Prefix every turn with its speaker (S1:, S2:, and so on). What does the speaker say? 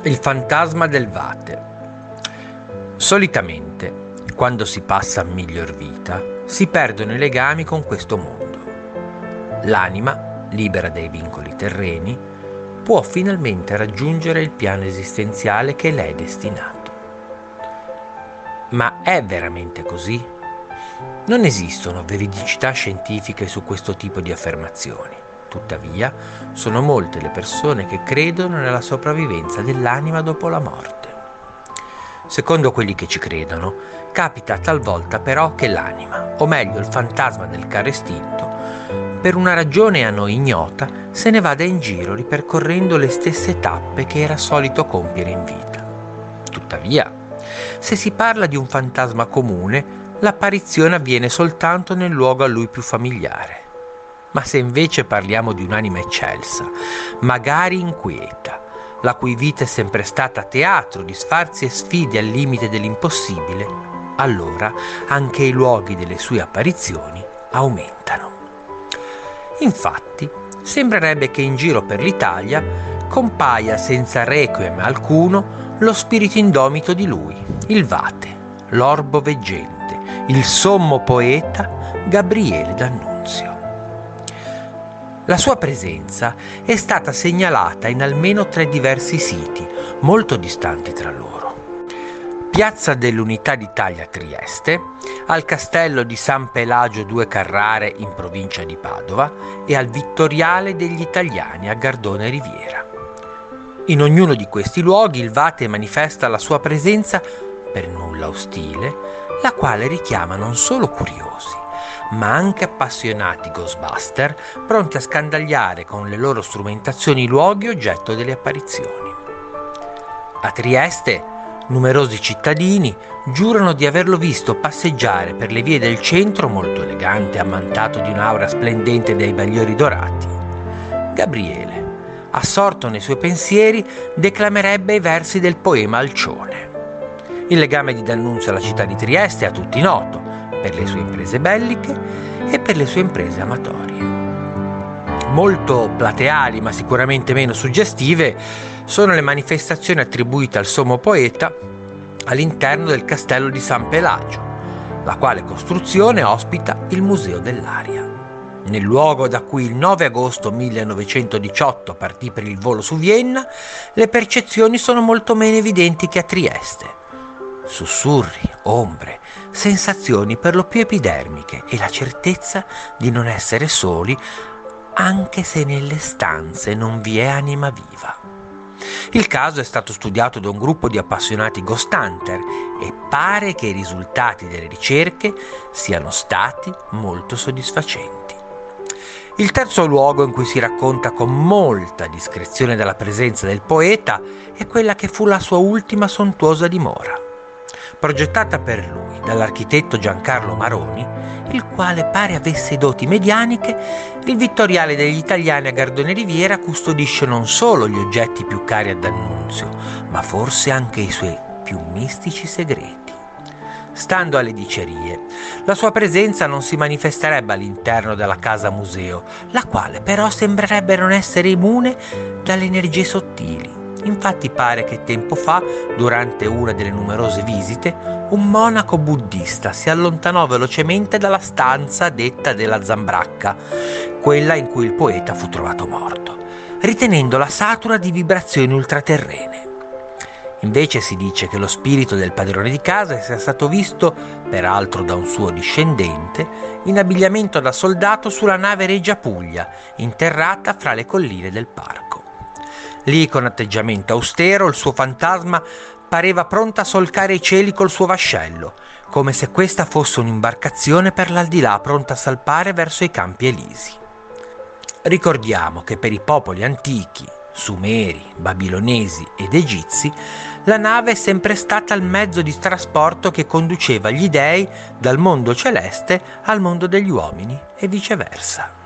S1: Il fantasma del Vate. Solitamente, quando si passa a miglior vita, si perdono i legami con questo mondo. L'anima, libera dai vincoli terreni, può finalmente raggiungere il piano esistenziale che le è destinato. Ma è veramente così? Non esistono veridicità scientifiche su questo tipo di affermazioni. Tuttavia, sono molte le persone che credono nella sopravvivenza dell'anima dopo la morte. Secondo quelli che ci credono, capita talvolta però che l'anima, o meglio il fantasma del caro estinto, per una ragione a noi ignota, se ne vada in giro ripercorrendo le stesse tappe che era solito compiere in vita. Tuttavia, se si parla di un fantasma comune, l'apparizione avviene soltanto nel luogo a lui più familiare. Ma se invece parliamo di un'anima eccelsa, magari inquieta, la cui vita è sempre stata teatro di sfarzi e sfide al limite dell'impossibile, allora anche i luoghi delle sue apparizioni aumentano. Infatti, sembrerebbe che in giro per l'Italia compaia senza requiem alcuno lo spirito indomito di lui, il Vate, l'orbo veggente, il sommo poeta Gabriele D'Annunzio. La sua presenza è stata segnalata in almeno 3 diversi siti, molto distanti tra loro. Piazza dell'Unità d'Italia a Trieste, al Castello di San Pelagio 2 Carrare in provincia di Padova e al Vittoriale degli Italiani a Gardone Riviera. In ognuno di questi luoghi il Vate manifesta la sua presenza per nulla ostile, la quale richiama non solo curiosi, ma anche appassionati Ghostbuster, pronti a scandagliare con le loro strumentazioni i luoghi oggetto delle apparizioni. A Trieste, numerosi cittadini giurano di averlo visto passeggiare per le vie del centro molto elegante, ammantato di un'aura splendente dai bagliori dorati. Gabriele, assorto nei suoi pensieri, declamerebbe i versi del poema Alcione. Il legame di D'Annunzio alla città di Trieste è a tutti noto, per le sue imprese belliche e per le sue imprese amatorie. Molto plateali, ma sicuramente meno suggestive, sono le manifestazioni attribuite al sommo poeta all'interno del castello di San Pelagio, la quale costruzione ospita il Museo dell'Aria. Nel luogo da cui il 9 agosto 1918 partì per il volo su Vienna, le percezioni sono molto meno evidenti che a Trieste. Sussurri, ombre, sensazioni per lo più epidermiche e la certezza di non essere soli anche se nelle stanze non vi è anima viva. Il caso è stato studiato da un gruppo di appassionati ghost hunter e pare che i risultati delle ricerche siano stati molto soddisfacenti. Il terzo luogo in cui si racconta con molta discrezione della presenza del poeta è quella che fu la sua ultima sontuosa dimora. Progettata per lui dall'architetto Giancarlo Maroni, il quale pare avesse doti medianiche, il Vittoriale degli Italiani a Gardone Riviera custodisce non solo gli oggetti più cari a D'Annunzio, ma forse anche i suoi più mistici segreti. Stando alle dicerie, la sua presenza non si manifesterebbe all'interno della casa museo, la quale però sembrerebbe non essere immune dalle energie sottili. Infatti pare che tempo fa, durante una delle numerose visite, un monaco buddista si allontanò velocemente dalla stanza detta della Zambracca, quella in cui il poeta fu trovato morto, ritenendola satura di vibrazioni ultraterrene. Invece si dice che lo spirito del padrone di casa sia stato visto, peraltro da un suo discendente, in abbigliamento da soldato sulla nave Regia Puglia, interrata fra le colline del parco. Lì, con atteggiamento austero, il suo fantasma pareva pronta a solcare i cieli col suo vascello, come se questa fosse un'imbarcazione per l'aldilà pronta a salpare verso i campi elisi. Ricordiamo che per i popoli antichi, sumeri, babilonesi ed egizi, la nave è sempre stata il mezzo di trasporto che conduceva gli dei dal mondo celeste al mondo degli uomini e viceversa.